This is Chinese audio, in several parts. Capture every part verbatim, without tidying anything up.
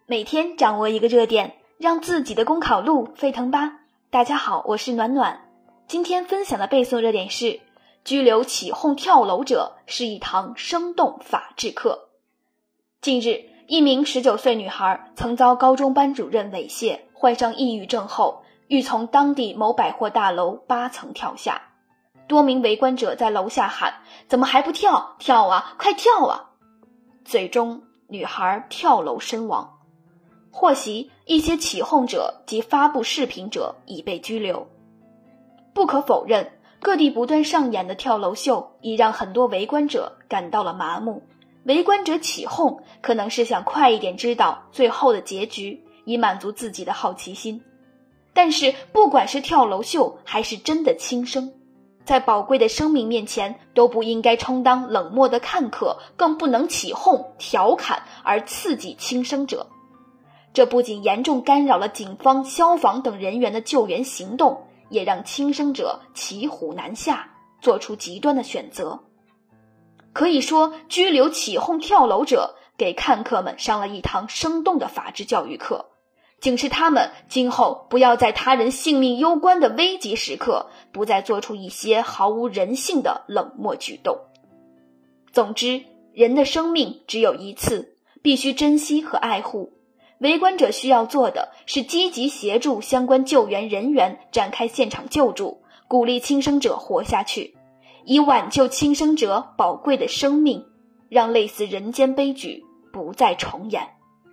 每天掌握一个热点，让自己的公考路沸腾吧。大家好，我是暖暖。今天分享的背诵热点是：拘留起哄跳楼者是一堂生动法治课。近日，一名十九岁女孩曾遭高中班主任猥亵，患上抑郁症后，欲从当地某百货大楼八层跳下。多名围观者在楼下喊：怎么还不跳？跳啊，快跳啊！最终，女孩跳楼身亡。获悉，一些起哄者及发布视频者已被拘留。不可否认，各地不断上演的跳楼秀已让很多围观者感到了麻木。围观者起哄可能是想快一点知道最后的结局，以满足自己的好奇心。但是不管是跳楼秀还是真的轻生，在宝贵的生命面前都不应该充当冷漠的看客，更不能起哄调侃而刺激轻生者。这不仅严重干扰了警方、消防等人员的救援行动，也让轻生者骑虎难下，做出极端的选择。可以说，拘留起哄跳楼者给看客们上了一堂生动的法治教育课，警示他们今后不要在他人性命攸关的危急时刻，不再做出一些毫无人性的冷漠举动。总之，人的生命只有一次，必须珍惜和爱护。围观者需要做的是积极协助相关救援人员展开现场救助，鼓励轻生者活下去，以挽救轻生者宝贵的生命，让类似人间悲剧不再重演。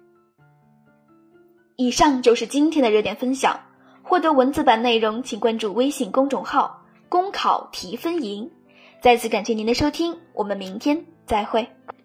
以上就是今天的热点分享，获得文字版内容请关注微信公众号公考提分营。再次感谢您的收听，我们明天再会。